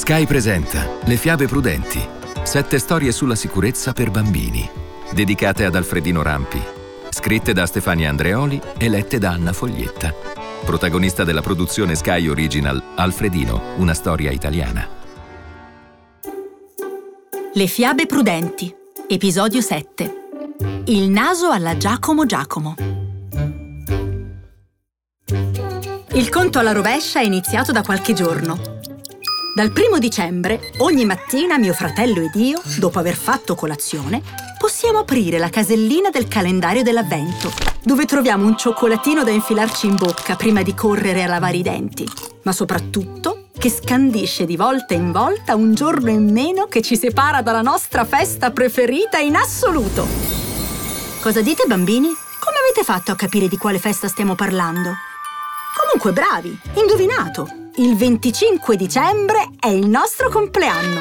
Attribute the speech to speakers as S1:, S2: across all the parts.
S1: Sky presenta Le fiabe prudenti, 7 storie sulla sicurezza per bambini, dedicate ad Alfredino Rampi, scritte da Stefania Andreoli e lette da Anna Foglietta. Protagonista della produzione Sky Original, Alfredino, una storia italiana.
S2: Le fiabe prudenti, episodio 7. Il naso alla Giacomo Giacomo. Il conto alla rovescia è iniziato da qualche giorno. Dal 1 dicembre, ogni mattina mio fratello ed io, dopo aver fatto colazione, possiamo aprire la casellina del calendario dell'avvento, dove troviamo un cioccolatino da infilarci in bocca prima di correre a lavare i denti, ma soprattutto che scandisce di volta in volta un giorno in meno che ci separa dalla nostra festa preferita in assoluto. Cosa dite, bambini? Come avete fatto a capire di quale festa stiamo parlando? Comunque bravi, indovinato! Il 25 dicembre è il nostro compleanno.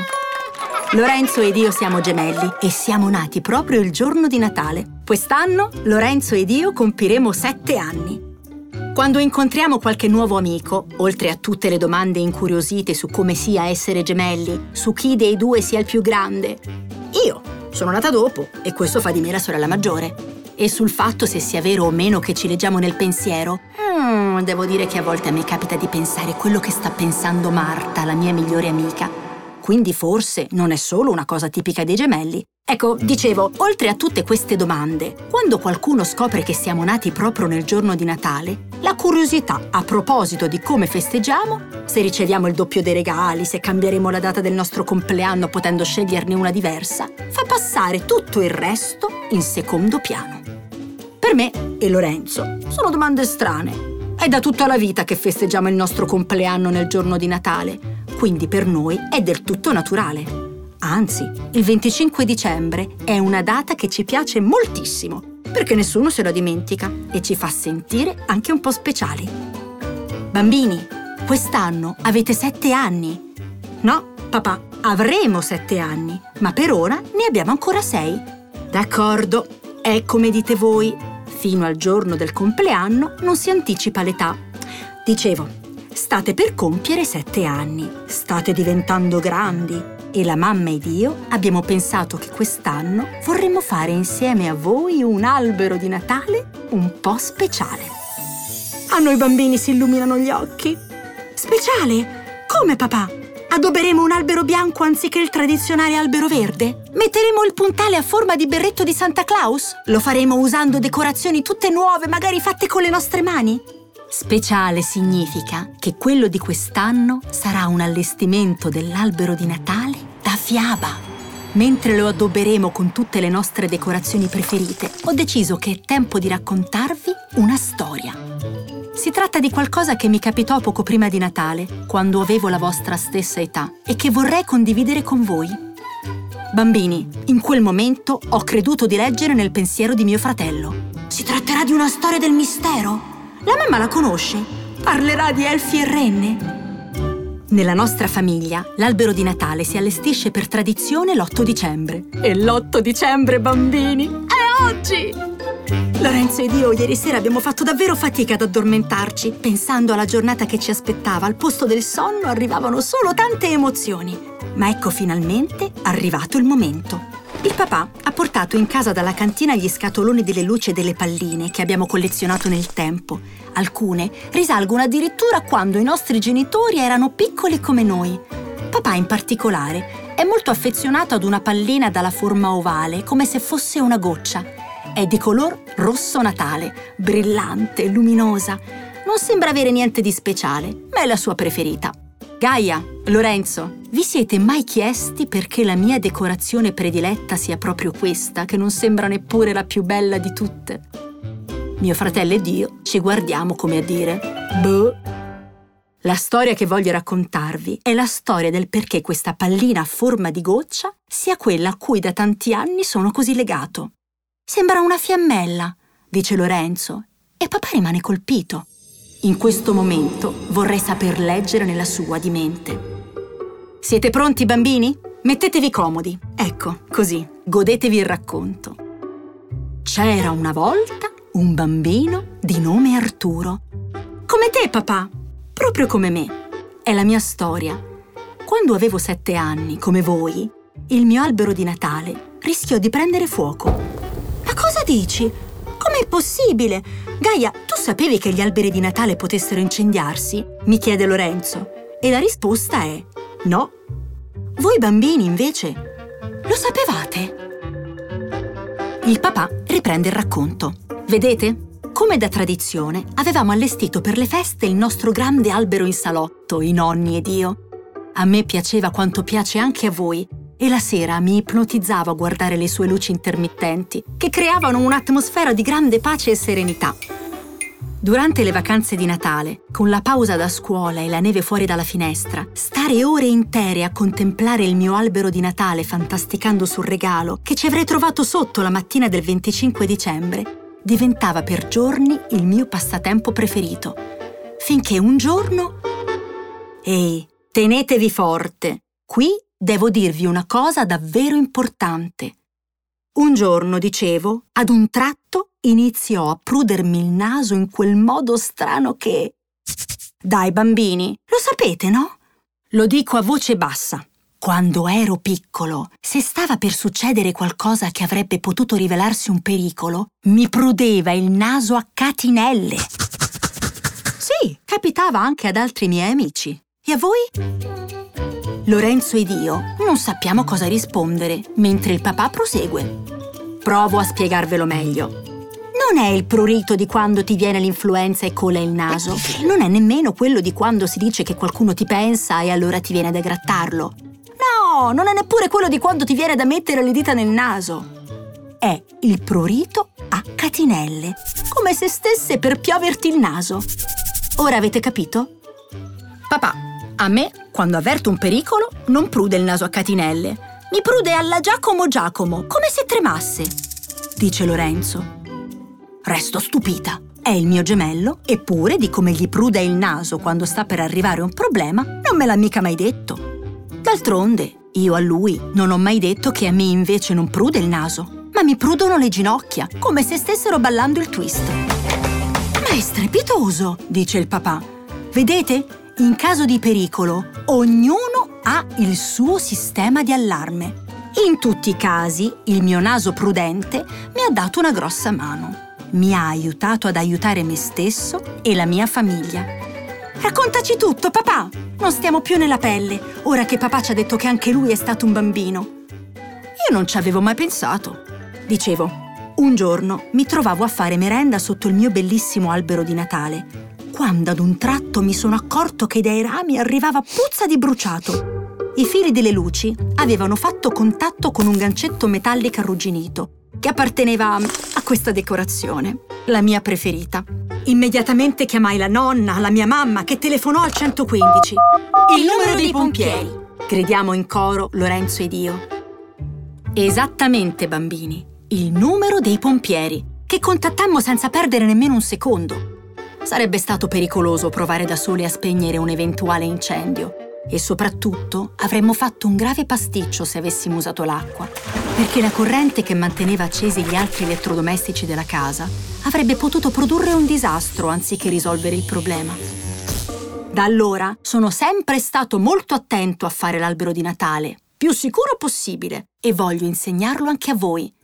S2: Lorenzo ed io siamo gemelli e siamo nati proprio il giorno di Natale. Quest'anno Lorenzo ed io compiremo 7 anni. Quando incontriamo qualche nuovo amico, oltre a tutte le domande incuriosite su come sia essere gemelli, su chi dei due sia il più grande, io sono nata dopo e questo fa di me la sorella maggiore. E sul fatto se sia vero o meno che ci leggiamo nel pensiero, devo dire che a volte a me capita di pensare quello che sta pensando Marta, la mia migliore amica. Quindi forse non è solo una cosa tipica dei gemelli. Ecco, dicevo, oltre a tutte queste domande, quando qualcuno scopre che siamo nati proprio nel giorno di Natale, la curiosità a proposito di come festeggiamo, se riceviamo il doppio dei regali, se cambieremo la data del nostro compleanno potendo sceglierne una diversa, fa passare tutto il resto in secondo piano. Per me e Lorenzo sono domande strane. È da tutta la vita che festeggiamo il nostro compleanno nel giorno di Natale, quindi per noi è del tutto naturale. Anzi, il 25 dicembre è una data che ci piace moltissimo, perché nessuno se la dimentica e ci fa sentire anche un po' speciali. Bambini, quest'anno avete 7 anni. No, papà, avremo 7 anni, ma per ora ne abbiamo ancora 6. D'accordo, è come dite voi. Fino al giorno del compleanno non si anticipa l'età. Dicevo, state per compiere 7 anni, state diventando grandi e la mamma ed io abbiamo pensato che quest'anno vorremmo fare insieme a voi un albero di Natale un po' speciale. A noi bambini si illuminano gli occhi. Speciale? Come, papà? Adoberemo un albero bianco anziché il tradizionale albero verde? Metteremo il puntale a forma di berretto di Santa Claus? Lo faremo usando decorazioni tutte nuove, magari fatte con le nostre mani? Speciale significa che quello di quest'anno sarà un allestimento dell'albero di Natale da fiaba. Mentre lo adoberemo con tutte le nostre decorazioni preferite, ho deciso che è tempo di raccontarvi una storia. Si tratta di qualcosa che mi capitò poco prima di Natale, quando avevo la vostra stessa età, e che vorrei condividere con voi. Bambini, in quel momento ho creduto di leggere nel pensiero di mio fratello. Si tratterà di una storia del mistero? La mamma la conosce? Parlerà di elfi e renne? Nella nostra famiglia, l'albero di Natale si allestisce per tradizione l'8 dicembre. E l'8 dicembre, bambini, è oggi! Lorenzo ed io ieri sera abbiamo fatto davvero fatica ad addormentarci. Pensando alla giornata che ci aspettava, al posto del sonno arrivavano solo tante emozioni. Ma ecco finalmente arrivato il momento. Il papà ha portato in casa dalla cantina gli scatoloni delle luci e delle palline che abbiamo collezionato nel tempo. Alcune risalgono addirittura a quando i nostri genitori erano piccoli come noi. Papà in particolare è molto affezionato ad una pallina dalla forma ovale, come se fosse una goccia. È di color rosso Natale, brillante, luminosa. Non sembra avere niente di speciale, ma è la sua preferita. Gaia, Lorenzo, vi siete mai chiesti perché la mia decorazione prediletta sia proprio questa, che non sembra neppure la più bella di tutte? Mio fratello ed io ci guardiamo come a dire, boh. La storia che voglio raccontarvi è la storia del perché questa pallina a forma di goccia sia quella a cui da tanti anni sono così legato. Sembra una fiammella, dice Lorenzo, e papà rimane colpito. In questo momento vorrei saper leggere nella sua di mente. Siete pronti, bambini? Mettetevi comodi. Ecco, così, godetevi il racconto. C'era una volta un bambino di nome Arturo. Come te, papà, proprio come me. È la mia storia. quando avevo 7 anni, come voi, il mio albero di Natale rischiò di prendere fuoco. Ma cosa dici? Com'è possibile? Gaia, tu sapevi che gli alberi di Natale potessero incendiarsi? Mi chiede Lorenzo. E la risposta è no. Voi bambini, invece, lo sapevate? Il papà riprende il racconto. Vedete? Come da tradizione, avevamo allestito per le feste il nostro grande albero in salotto, i nonni ed io. A me piaceva quanto piace anche a voi, e la sera mi ipnotizzavo a guardare le sue luci intermittenti, che creavano un'atmosfera di grande pace e serenità. Durante le vacanze di Natale, con la pausa da scuola e la neve fuori dalla finestra, stare ore intere a contemplare il mio albero di Natale fantasticando sul regalo che ci avrei trovato sotto la mattina del 25 dicembre diventava per giorni il mio passatempo preferito. Finché un giorno... Ehi, tenetevi forte! Qui devo dirvi una cosa davvero importante. Un giorno, dicevo, ad un tratto iniziò a prudermi il naso in quel modo strano che... Dai bambini, lo sapete, no? Lo dico a voce bassa. Quando ero piccolo, se stava per succedere qualcosa che avrebbe potuto rivelarsi un pericolo, mi prudeva il naso a catinelle. Sì, capitava anche ad altri miei amici. E a voi? Lorenzo ed io non sappiamo cosa rispondere, mentre il papà prosegue. Provo a spiegarvelo meglio. Non è il prurito di quando ti viene l'influenza e cola il naso. Non è nemmeno quello di quando si dice che qualcuno ti pensa e allora ti viene da grattarlo. No, non è neppure quello di quando ti viene da mettere le dita nel naso. È il prurito a catinelle, come se stesse per pioverti il naso. Ora avete capito? Papà, a me, quando avverto un pericolo, non prude il naso a catinelle. Mi prude alla Giacomo, come se tremasse, dice Lorenzo. Resto stupita. È il mio gemello, eppure di come gli prude il naso quando sta per arrivare un problema non me l'ha mica mai detto. D'altronde, io a lui non ho mai detto che a me invece non prude il naso, ma mi prudono le ginocchia, come se stessero ballando il twist. Ma è strepitoso, dice il papà. Vedete? In caso di pericolo, ognuno ha il suo sistema di allarme. In tutti i casi, il mio naso prudente mi ha dato una grossa mano. Mi ha aiutato ad aiutare me stesso e la mia famiglia. Raccontaci tutto, papà! Non stiamo più nella pelle, ora che papà ci ha detto che anche lui è stato un bambino. Io non ci avevo mai pensato. Dicevo, un giorno mi trovavo a fare merenda sotto il mio bellissimo albero di Natale, quando ad un tratto mi sono accorto che dai rami arrivava puzza di bruciato. I fili delle luci avevano fatto contatto con un gancetto metallico arrugginito che apparteneva a questa decorazione, la mia preferita. Immediatamente chiamai la nonna, la mia mamma, che telefonò al 115. Il numero dei pompieri! Gridiamo in coro Lorenzo ed io. Esattamente, bambini, il numero dei pompieri, che contattammo senza perdere nemmeno un secondo. Sarebbe stato pericoloso provare da soli a spegnere un eventuale incendio e soprattutto avremmo fatto un grave pasticcio se avessimo usato l'acqua, perché la corrente che manteneva accesi gli altri elettrodomestici della casa avrebbe potuto produrre un disastro anziché risolvere il problema. Da allora sono sempre stato molto attento a fare l'albero di Natale, più sicuro possibile, e voglio insegnarlo anche a voi.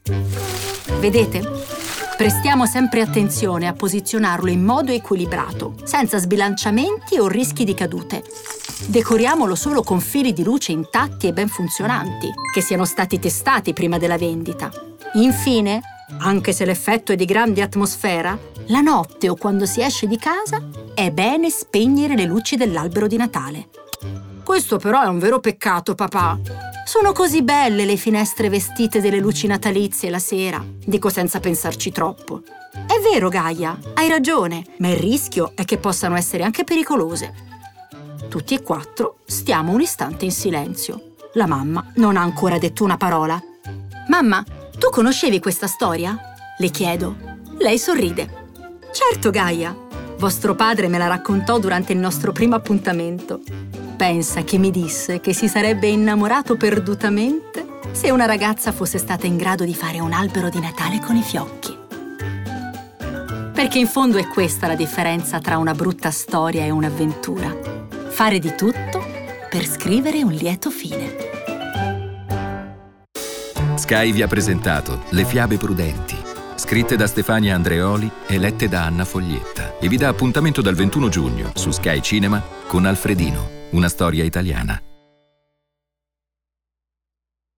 S2: Vedete? Prestiamo sempre attenzione a posizionarlo in modo equilibrato, senza sbilanciamenti o rischi di cadute. Decoriamolo solo con fili di luce intatti e ben funzionanti, che siano stati testati prima della vendita. Infine, anche se l'effetto è di grande atmosfera, la notte o quando si esce di casa è bene spegnere le luci dell'albero di Natale. Questo però è un vero peccato, papà. Sono così belle le finestre vestite delle luci natalizie la sera, dico senza pensarci troppo. È vero, Gaia, hai ragione, ma il rischio è che possano essere anche pericolose. Tutti e 4 stiamo un istante in silenzio. La mamma non ha ancora detto una parola. Mamma, tu conoscevi questa storia? Le chiedo. Lei sorride. Certo, Gaia. Vostro padre me la raccontò durante il nostro primo appuntamento. Pensa che mi disse che si sarebbe innamorato perdutamente se una ragazza fosse stata in grado di fare un albero di Natale con i fiocchi. Perché in fondo è questa la differenza tra una brutta storia e un'avventura. Fare di tutto per scrivere un lieto fine.
S1: Sky vi ha presentato Le fiabe prudenti, scritte da Stefania Andreoli e lette da Anna Foglietta, e vi dà appuntamento dal 21 giugno su Sky Cinema con Alfredino, una storia italiana.